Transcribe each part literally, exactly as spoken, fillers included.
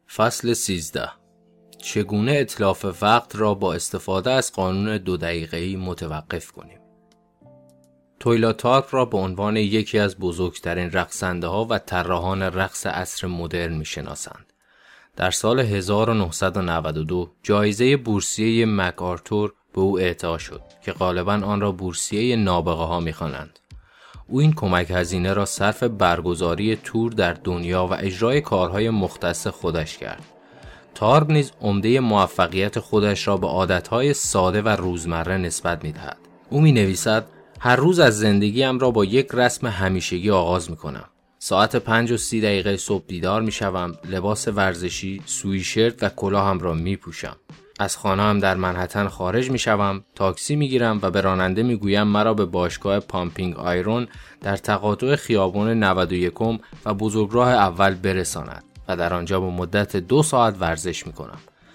فصل سیزده. چگونه اتلاف وقت را با استفاده از قانون دو دقیقه‌ای متوقف کنیم؟ تویلا تارپ را به عنوان یکی از بزرگترین رقصنده‌ها و طراحان رقص عصر مدرن می‌شناسند. در سال هزار و نهصد و نود و دو جایزه بورسیه مک آرتور به او اعطا شد که غالباً آن را بورسیه نابغه‌ها می‌خوانند. او این کمک هزینه را صرف برگزاری تور در دنیا و اجرای کارهای مختص خودش کرد. تارپ نیز عمده موفقیت خودش را به عادتهای ساده و روزمره نسبت می‌دهد. او می‌نویسد: هر روز از زندگیم را با یک رسم همیشگی آغاز می‌کنم. ساعت پنج و سی دقیقه صبح بیدار می‌شوم، لباس ورزشی، سویشرت و کلاهم را می‌پوشم. از خانه هم در منهتن خارج می‌شوم، تاکسی می‌گیرم و به راننده می‌گویم مرا به باشگاه پامپینگ آیرون در تقاطع خیابان نود و یک و بزرگراه اول برساند و در آنجا به مدت دو ساعت ورزش می‌کنم.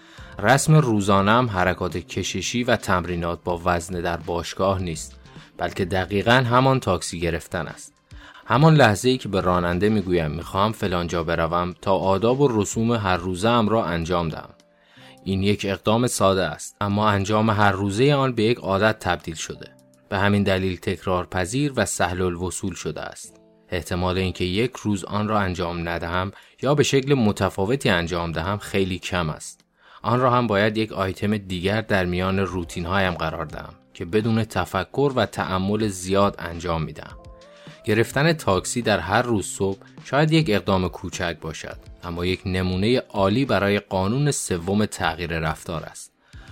رسم روزانه‌ام حرکات کششی و تمرینات با وزنه در باشگاه نیست، بلکه دقیقاً همان تاکسی گرفتن است. همان لحظه‌ای که به راننده می‌گویم می‌خواهم فلان جا بروم تا آداب و رسوم هر روزه‌ام را انجام دهم. این یک اقدام ساده است، اما انجام هر روزه آن به یک عادت تبدیل شده. به همین دلیل تکرارپذیر و سهل الوصول شده است. احتمال اینکه یک روز آن را انجام ندهم یا به شکل متفاوتی انجام دهم خیلی کم است. آن را هم باید یک آیتم دیگر در میان روتین‌هایم قرار دهم که بدون تفکر و تأمل زیاد انجام میدم. گرفتن تاکسی در هر روز صبح شاید یک اقدام کوچک باشد، اما یک نمونه عالی برای قانون سوم تغییر رفتار است.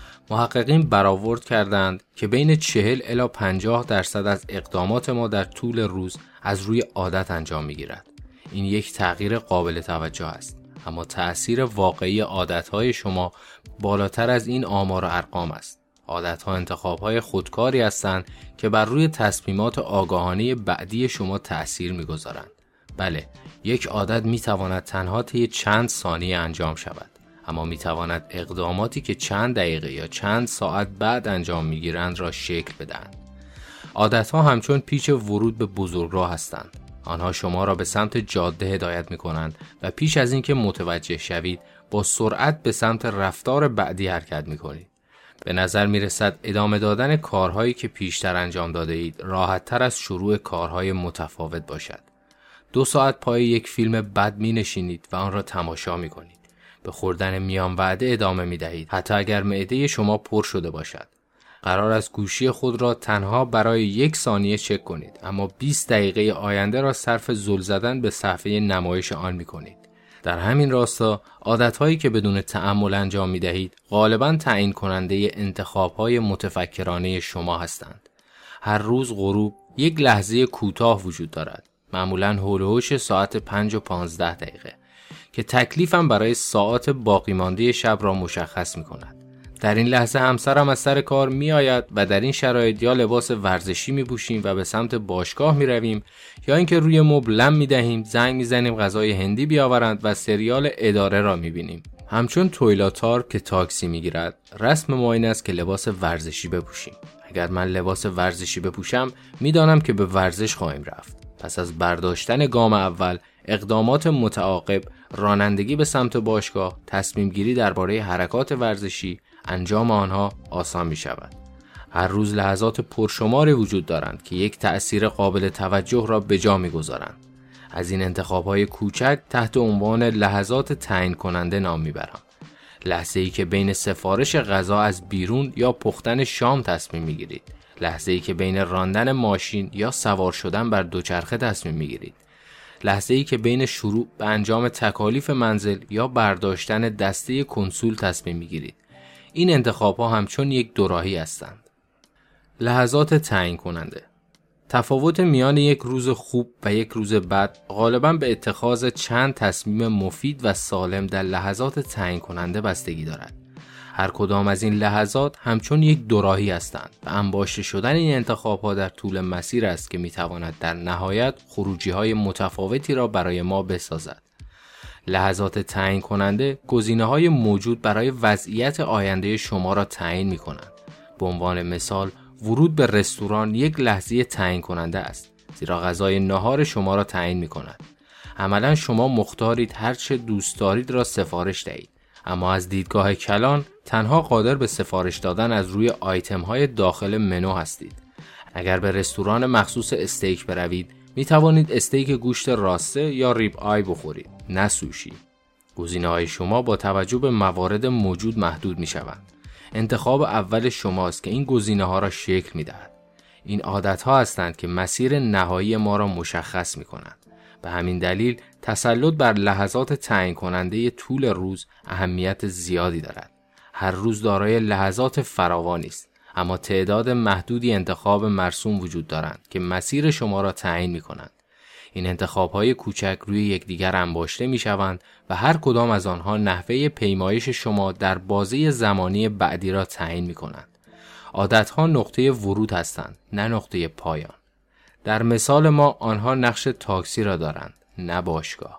محققین برآورد کردند که بین چهل الی پنجاه درصد از اقدامات ما در طول روز از روی عادت انجام میگیرد. این یک تغییر قابل توجه است، اما تأثیر واقعی عادتهای شما بالاتر از این آمار و ارقام است. عادتها انتخابهای خودکاری هستند که بر روی تصمیمات آگاهانه بعدی شما تأثیر میگذارند. بله، یک عادت میتواند تنها طی چند ثانیه انجام شود، اما میتواند اقداماتی که چند دقیقه یا چند ساعت بعد انجام میگیرند را شکل بدهند. عادتها همچون پیچ ورود به بزرگراه هستند. آنها شما را به سمت جاده هدایت میکنند و پیش از اینکه متوجه شوید با سرعت به سمت رفتار بعدی حرکت میکنید. به نظر می رسد ادامه دادن کارهایی که پیشتر انجام داده اید راحت تر از شروع کارهای متفاوت باشد. دو ساعت پای یک فیلم بد می نشینید و آن را تماشا می کنید. به خوردن میان وعده ادامه می دهید حتی اگر معده شما پر شده باشد. قرار است گوشی خود را تنها برای یک ثانیه چک کنید، اما بیست دقیقه آینده را صرف زل زدن به صفحه نمایش آن می کنید. در همین راستا عادتهایی که بدون تأمل انجام می دهید غالباً تعیین کننده انتخابهای متفکرانه شما هستند. هر روز غروب یک لحظه کوتاه وجود دارد، معمولاً حول و حوش ساعت پنج و پانزده دقیقه، که تکلیفم برای ساعات باقی مانده شب را مشخص می کند. در این لحظه همسرم از سر کار می آید و در این شرایط یا لباس ورزشی می پوشیم و به سمت باشگاه می رویم یا اینکه روی مبل لم می دهیم، زنگ می زنیم غذای هندی بیاورند و سریال اداره را می بینیم. همچون تویلا تارپ که تاکسی می گیرد، رسم ما این است که لباس ورزشی بپوشیم. اگر من لباس ورزشی بپوشم می دانم که به ورزش خواهیم رفت. پس از برداشتن گام اول، اقدامات متعاقب، رانندگی به سمت باشگاه، تصمیم گیری درباره حرکات ورزشی، انجام آنها آسان می شود. هر روز لحظات پرشماری وجود دارند که یک تأثیر قابل توجه را به جا می گذارند. از این انتخاب‌های کوچک تحت عنوان لحظات تعیین کننده نام می برم. لحظه‌ای که بین سفارش غذا از بیرون یا پختن شام تصمیم می گیرید. لحظه‌ای که بین راندن ماشین یا سوار شدن بر دوچرخه تصمیم می گیرید. لحظه‌ای که بین شروع به انجام تکالیف منزل یا برداشتن دسته کنسول تصمیم می گیرید. این انتخاب‌ها همچون یک دوراهی هستند. لحظات تعیین کننده. تفاوت میان یک روز خوب و یک روز بد غالباً به اتخاذ چند تصمیم مفید و سالم در لحظات تعیین کننده بستگی دارد. هر کدام از این لحظات همچون یک دوراهی هستند و انباشته شدن این انتخاب‌ها در طول مسیر است که می‌تواند در نهایت خروجی‌های متفاوتی را برای ما بسازد. لحظات تعیین کننده گزینه‌های موجود برای وضعیت آینده شما را تعیین می‌کنند. به عنوان مثال، ورود به رستوران یک لحظه تعیین کننده است، زیرا غذای نهار شما را تعیین می‌کند. عملاً شما مختارید هر چه دوست دارید را سفارش دهید، اما از دیدگاه کلان تنها قادر به سفارش دادن از روی آیتم‌های داخل منو هستید. اگر به رستوران مخصوص استیک بروید، می توانید استیک گوشت راسته یا ریب آی بخورید، نه سوشی. گزینه‌های شما با توجه به موارد موجود محدود می شوند. انتخاب اول شماست که این گزینه‌ها را شکل می دهد. این عادت‌ها هستند که مسیر نهایی ما را مشخص می کنند. به همین دلیل تسلط بر لحظات تعیین کننده طول روز اهمیت زیادی دارد. هر روز دارای لحظات فراوانی است، اما تعداد محدودی انتخاب مرسوم وجود دارند که مسیر شما را تعیین می کنند. این انتخاب‌های کوچک روی یکدیگر انباشته می‌شوند و هر کدام از آنها نحوه پیمایش شما در بازه زمانی بعدی را تعیین می‌کنند. عادت‌ها نقطه ورود هستند، نه نقطه پایان. در مثال ما آنها نقش تاکسی را دارند، نه باشگاه.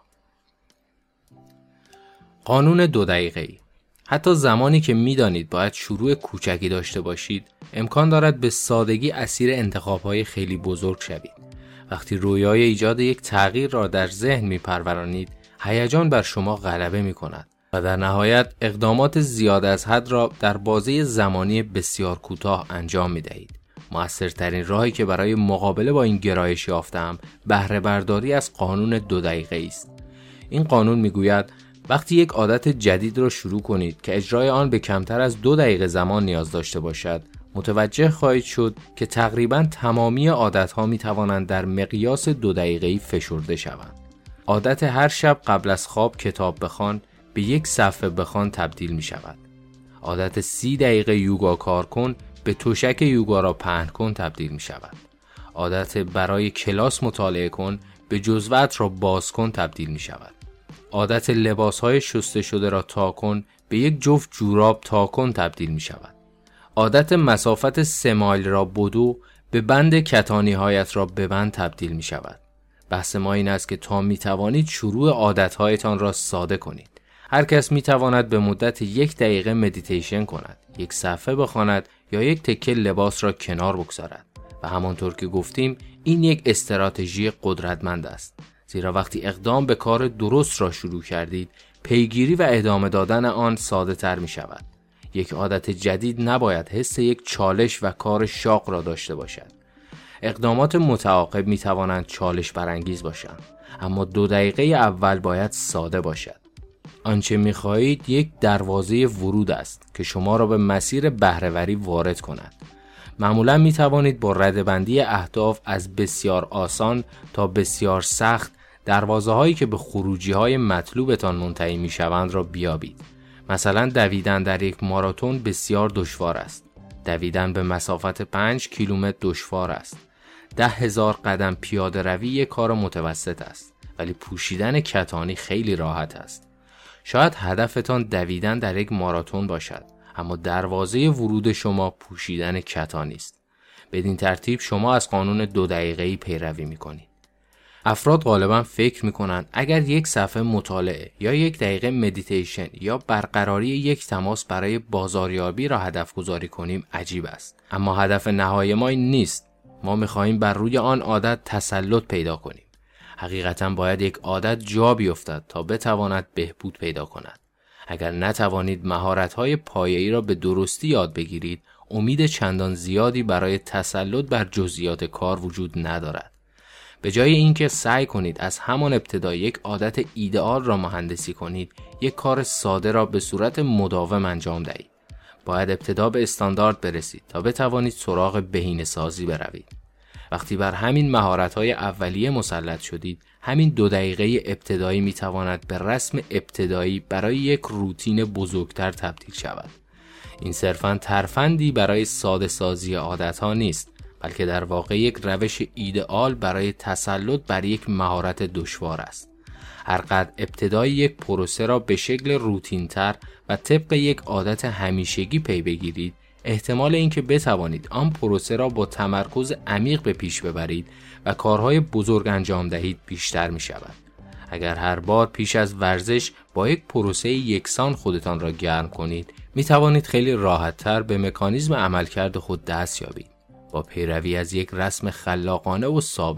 قانون دو دقیقه‌ای. حتی زمانی که می‌دانید باید شروع کوچکی داشته باشید، امکان دارد به سادگی اسیر انتخاب‌های خیلی بزرگ شوید. وقتی رویای ایجاد یک تغییر را در ذهن می‌پرورانید، هیجان بر شما غلبه می‌کند و در نهایت اقدامات زیاد از حد را در بازه زمانی بسیار کوتاه انجام می‌دهید. مؤثرترین راهی که برای مقابله با این گرایش یافتم، بهره برداری از قانون دو دقیقه‌ای است. این قانون می‌گوید وقتی یک عادت جدید را شروع کنید که اجرای آن به کمتر از دو دقیقه زمان نیاز داشته باشد، متوجه خواهید شد که تقریباً تمامی عادت‌ها می‌توانند در مقیاس دو دقیقه‌ای فشرده شوند. عادت هر شب قبل از خواب کتاب بخوان به یک صفحه بخوان تبدیل می‌شود. عادت سی دقیقه یوگا کار کن به تشک یوگا را پهن کن تبدیل می‌شود. عادت برای کلاس مطالعه کن به جزوه‌ات را باز کن تبدیل می‌شود. عادت لباس‌های شسته شده را تا کن به یک جفت جوراب تا کن تبدیل می‌شود. عادت مسافت سه مایل را بدو به بند کتانی هایت را ببند تبدیل می شود. بحث ما این است که تا می توانید شروع عادت هایتان را ساده کنید. هر کس می تواند به مدت یک دقیقه مدیتیشن کند، یک صفحه بخواند یا یک تکه لباس را کنار بگذارد. و همانطور که گفتیم این یک استراتژی قدرتمند است. زیرا وقتی اقدام به کار درست را شروع کردید، پیگیری و ادامه دادن آن ساده تر می شود. یک عادت جدید نباید حس یک چالش و کار شاق را داشته باشد. اقدامات متعاقب می توانند چالش برانگیز باشند، اما دو دقیقه اول باید ساده باشد. آنچه می خواهید یک دروازه ورود است که شما را به مسیر بهره‌وری وارد کند. معمولا می توانید با ردبندی اهداف از بسیار آسان تا بسیار سخت دروازه هایی که به خروجی های مطلوبتان منتهی می شوند را بیابید. مثلا دویدن در یک ماراتون بسیار دشوار است. دویدن به مسافت پنج کیلومتر دشوار است. ده هزار قدم پیاده روی یک کار متوسط است، ولی پوشیدن کتانی خیلی راحت است. شاید هدفتان دویدن در یک ماراتون باشد، اما دروازه ورود شما پوشیدن کتانی است. بدین ترتیب شما از قانون دو دقیقه‌ای پیروی می‌کنید. افراد غالباً فکر میکنن اگر یک صفحه مطالعه یا یک دقیقه مدیتیشن یا برقراری یک تماس برای بازاریابی را هدف گذاری کنیم عجیب است. اما هدف نهایی ما این نیست. ما میخواهیم بر روی آن عادت تسلط پیدا کنیم. حقیقتاً باید یک عادت جا بیفتد تا بتواند بهبود پیدا کند. اگر نتوانید مهارت‌های پایه‌ای را به درستی یاد بگیرید، امید چندان زیادی برای تسلط بر جزئیات کار وجود ندارد. به جای اینکه سعی کنید از همان ابتدا یک عادت ایدئال را مهندسی کنید، یک کار ساده را به صورت مداوم انجام دهید. باید ابتدا به استاندارد برسید تا بتوانید سراغ بهینه‌سازی بروید. وقتی بر همین مهارت‌های اولیه مسلط شدید، همین دو دقیقه ابتدایی می‌تواند به رسم ابتدایی برای یک روتین بزرگتر تبدیل شود. این صرفاً ترفندی برای ساده سازی عادت‌ها نیست، بلکه در واقع یک روش ایدئال برای تسلط بر یک مهارت دشوار است. هر قدر ابتدای یک پروسه را به شکل روتین‌تر و طبق یک عادت همیشگی پی بگیرید، احتمال اینکه بتوانید آن پروسه را با تمرکز عمیق به پیش ببرید و کارهای بزرگ انجام دهید بیشتر می شود. اگر هر بار پیش از ورزش با یک پروسه یکسان خودتان را گرم کنید، می توانید خیلی راحت‌تر به مکانیزم عملکرد خود دست یابید. با پیروی از یک رسم خلاقانه و ثابت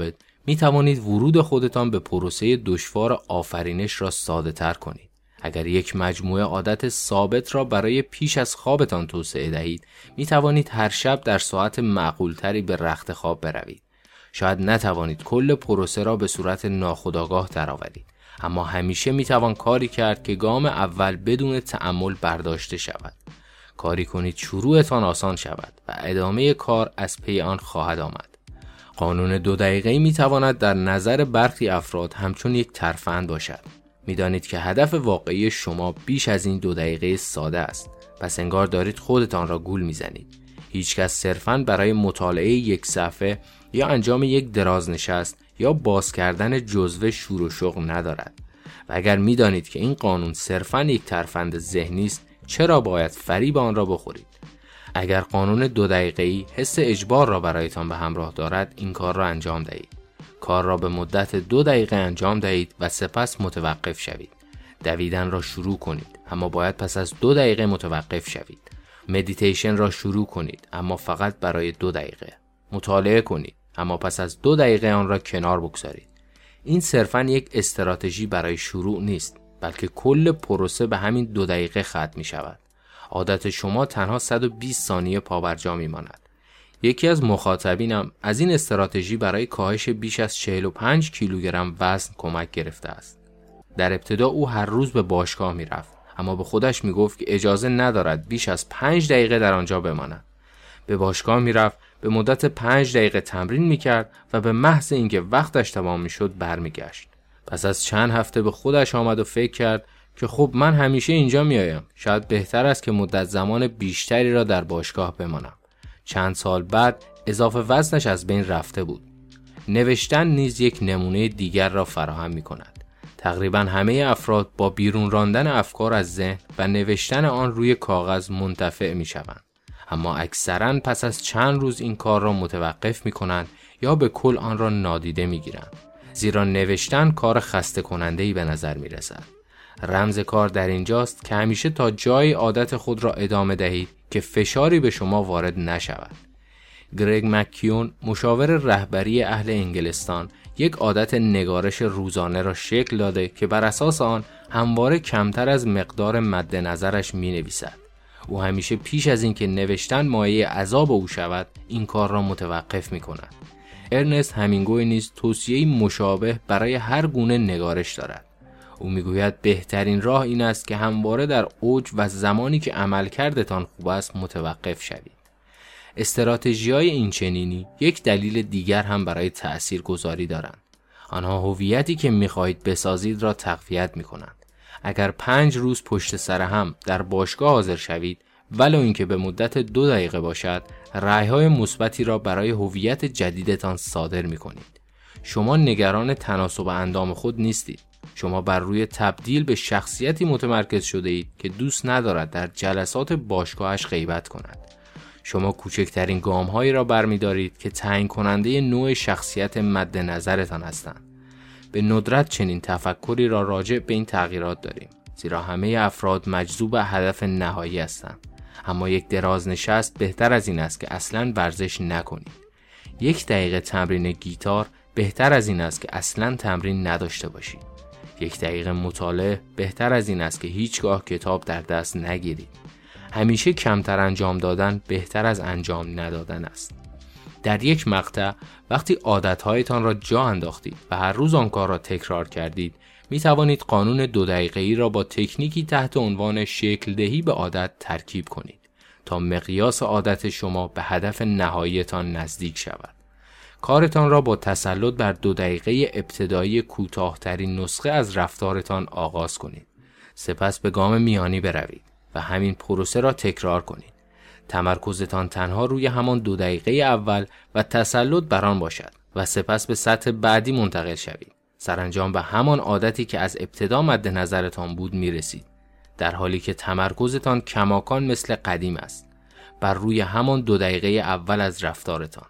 می توانید ورود خودتان به پروسه دشوار آفرینش را ساده تر کنید. اگر یک مجموعه عادت ثابت را برای پیش از خوابتان توسعه دهید، می توانید هر شب در ساعت معقولتری به رخت خواب بروید. شاید نتوانید کل پروسه را به صورت ناخودآگاه درآورید، اما همیشه می توان کاری کرد که گام اول بدون تأمل برداشته شود. کاری کنید شروعتان آسان شود و ادامه کار از پی آن خواهد آمد. قانون دو دقیقه‌ای می تواند در نظر برخی افراد همچون یک ترفند باشد. می دانید که هدف واقعی شما بیش از این دو دقیقه ساده است. پس انگار دارید خودتان را گول می زنید. هیچ کس صرفاً برای مطالعه یک صفحه یا انجام یک درازنشست یا باز کردن جزوه شور و شوق ندارد. و اگر می دانید که این قانون صرفاً یک ترفند ذهنی است، چرا باید فریب آن را بخورید؟ اگر قانون دو دقیقه‌ای حس اجبار را برایتان به همراه دارد، این کار را انجام دهید. کار را به مدت دو دقیقه انجام دهید و سپس متوقف شوید. دویدن را شروع کنید، اما باید پس از دو دقیقه متوقف شوید. مدیتیشن را شروع کنید، اما فقط برای دو دقیقه. مطالعه کنید، اما پس از دو دقیقه آن را کنار بگذارید. این صرفاً یک استراتژی برای شروع نیست، بلکه کل پروسه به همین دو دقیقه ختم می شود. عادت شما تنها صد و بیست ثانیه پابرجا می ماند. یکی از مخاطبینم از این استراتژی برای کاهش بیش از چهل و پنج کیلوگرم وزن کمک گرفته است. در ابتدا او هر روز به باشگاه می رفت، اما به خودش می گفت که اجازه ندارد بیش از پنج دقیقه در آنجا بماند. به باشگاه می رفت، به مدت پنج دقیقه تمرین می کرد و به محض اینکه وقتش تمام می شد برمی گشت. پس از چند هفته به خودش آمد و فکر کرد که خب من همیشه اینجا می آیم. شاید بهتر است که مدت زمان بیشتری را در باشگاه بمانم. چند سال بعد اضافه وزنش از بین رفته بود. نوشتن نیز یک نمونه دیگر را فراهم می کند. تقریبا همه افراد با بیرون راندن افکار از ذهن و نوشتن آن روی کاغذ منتفع می شوند. اما اکثرا پس از چند روز این کار را متوقف می کنند یا به کل آن را نادیده می گیرند. زیرا نوشتن کار خسته کننده‌ای به نظر می رسد. رمز کار در اینجاست که همیشه تا جای عادت خود را ادامه دهید که فشاری به شما وارد نشود. گرگ مککیون، مشاور رهبری اهل انگلستان، یک عادت نگارش روزانه را شکل داده که بر اساس آن همواره کمتر از مقدار مد نظرش می نویسد. او همیشه پیش از اینکه نوشتن مایه عذاب او شود، این کار را متوقف می کند. ارنست همینگوی نیز توصیه‌ای مشابه برای هر گونه نگارش دارد. او میگوید بهترین راه این است که همواره در اوج و زمانی که عملکردتان خوب است متوقف شوید. استراتژی‌های این چنینی یک دلیل دیگر هم برای تأثیر گذاری دارند. آنها هویتی که می‌خواهید بسازید را تقویت می‌کنند. اگر پنج روز پشت سر هم در باشگاه حاضر شوید، ولو اینکه به مدت دو دقیقه باشد، رأی‌های مثبتی را برای هویت جدیدتان صادر می‌کنید. شما نگران تناسب اندام خود نیستید. شما بر روی تبدیل به شخصیتی متمرکز شده اید که دوست ندارد در جلسات باشگاهش غیبت کند. شما کوچکترین گام‌هایی را برمی‌دارید که تعیین کننده نوع شخصیت مد نظرتان هستند. به ندرت چنین تفکری را راجع به این تغییرات داریم، زیرا همه افراد مجذوب هدف نهایی هستند. اما یک درازنشست بهتر از این است که اصلاً ورزش نکنید. یک دقیقه تمرین گیتار بهتر از این است که اصلاً تمرین نداشته باشید. یک دقیقه مطالعه بهتر از این است که هیچگاه کتاب در دست نگیرید. همیشه کمتر انجام دادن بهتر از انجام ندادن است. در یک مقطع وقتی عادتهایتان را جا انداختید و هر روز آن کار را تکرار کردید، می توانید قانون دو دقیقه‌ای را با تکنیکی تحت عنوان شکل دهی به عادت ترکیب کنید تا مقیاس عادت شما به هدف نهاییتان نزدیک شود. کارتان را با تسلط بر دو دقیقه ابتدایی کوتاه‌ترین نسخه از رفتارتان آغاز کنید. سپس به گام میانی بروید و همین پروسه را تکرار کنید. تمرکزتان تنها روی همان دو دقیقه اول و تسلط بر آن باشد و سپس به سطح بعدی منتقل شوید. سرانجام به همان عادتی که از ابتدا مد نظرتان بود میرسید، در حالی که تمرکزتان کماکان مثل قدیم است، بر روی همان دو دقیقه اول از رفتارتان.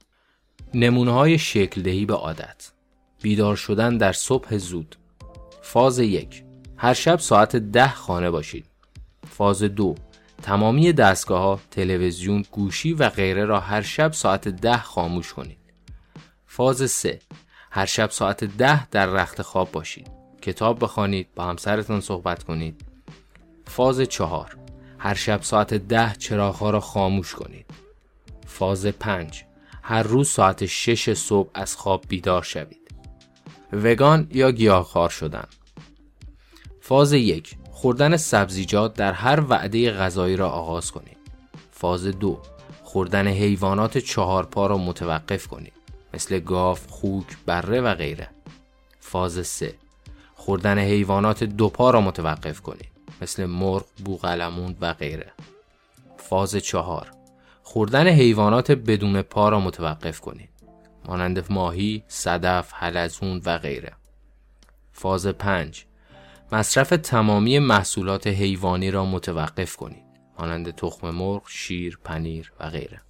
نمونه‌های شکل دهی به عادت. بیدار شدن در صبح زود. فاز یک، هر شب ساعت ده خانه باشید. فاز دو، تمامی دستگاه‌ها، تلویزیون، گوشی و غیره را هر شب ساعت ده خاموش کنید. فاز سه، هر شب ساعت ده در رخت خواب باشید. کتاب بخوانید، با همسرتون صحبت کنید. فاز چهار، هر شب ساعت ده چراغ‌ها را خاموش کنید. فاز پنج، هر روز ساعت شش صبح از خواب بیدار شوید. وگان یا گیاهخوار شدن. فاز یک، خوردن سبزیجات در هر وعده غذایی را آغاز کنید. فاز دو، خوردن حیوانات چهار پا را متوقف کنید، مثل گاو، خوک، بره و غیره. فاز سه، خوردن حیوانات دو پا را متوقف کنید، مثل مرغ، بوقلمون و غیره. فاز چهار، خوردن حیوانات بدون پا را متوقف کنید، مانند ماهی، صدف، حلزون و غیره. فاز پنج، مصرف تمامی محصولات حیوانی را متوقف کنید، مانند تخم مرغ، شیر، پنیر و غیره.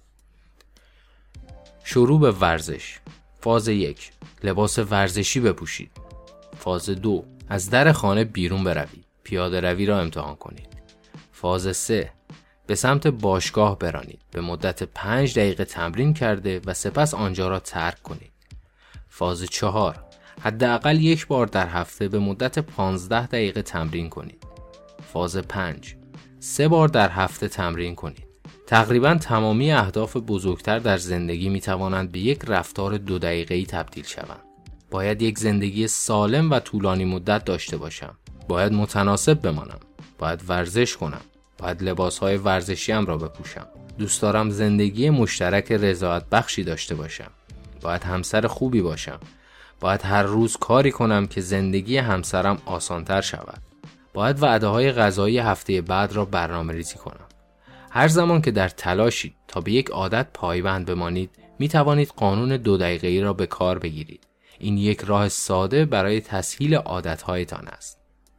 شروع به ورزش. فاز یک، لباس ورزشی بپوشید. فاز دو، از در خانه بیرون بروید. پیاده روی را امتحان کنید. فاز سه، به سمت باشگاه برانید. به مدت پنج دقیقه تمرین کرده و سپس آنجا را ترک کنید. فاز چهار، حداقل یک بار در هفته به مدت پانزده دقیقه تمرین کنید. فاز پنج، سه بار در هفته تمرین کنید. تقریباً تمامی اهداف بزرگتر در زندگی می توانند به یک رفتار دو دقیقه‌ای تبدیل شوند. باید یک زندگی سالم و طولانی مدت داشته باشم. باید متناسب بمانم. باید ورزش کنم. باید لباسهای ورزشیم را بپوشم. دوست دارم زندگی مشترک رضایت بخشی داشته باشم. باید همسر خوبی باشم. باید هر روز کاری کنم که زندگی همسرم آسانتر شود. باید وعده‌های غذایی هفته بعد را برنامه‌ریزی کنم. هر زمان که در تلاشید تا به یک عادت پایبند بمانید، می توانید قانون دو دقیقه‌ای را به کار بگیرید. این یک راه ساده برای تسهیل عادت‌هایتان است.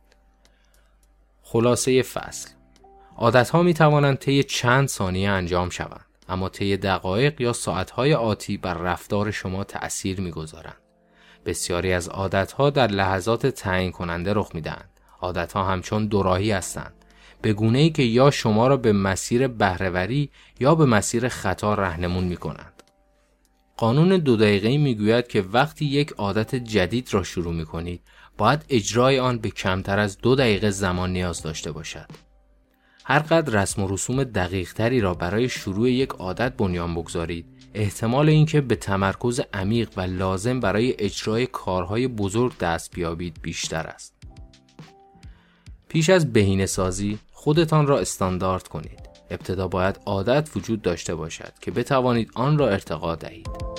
خلاصه فصل: عادت‌ها می توانند طی چند ثانیه انجام شوند، اما طی دقایق یا ساعت‌های آتی بر رفتار شما تأثیر می‌گذارند. بسیاری از عادت‌ها در لحظات تعیین کننده رخ می‌دهند. عادت‌ها همچون دوراهی هستند، به گونه‌ای که یا شما را به مسیر بهره‌وری یا به مسیر خطا راهنمون می‌کنند. قانون دو دقیقه‌ای می‌گوید که وقتی یک عادت جدید را شروع می‌کنید، باید اجرای آن به کمتر از دو دقیقه زمان نیاز داشته باشد. هر قدر رسم و رسوم دقیق‌تری را برای شروع یک عادت بنیان بگذارید، احتمال اینکه به تمرکز عمیق و لازم برای اجرای کارهای بزرگ دست بیابید بیشتر است. پیش از بهینه‌سازی خودتان را استاندارد کنید. ابتدا باید عادت وجود داشته باشد که بتوانید آن را ارتقا دهید.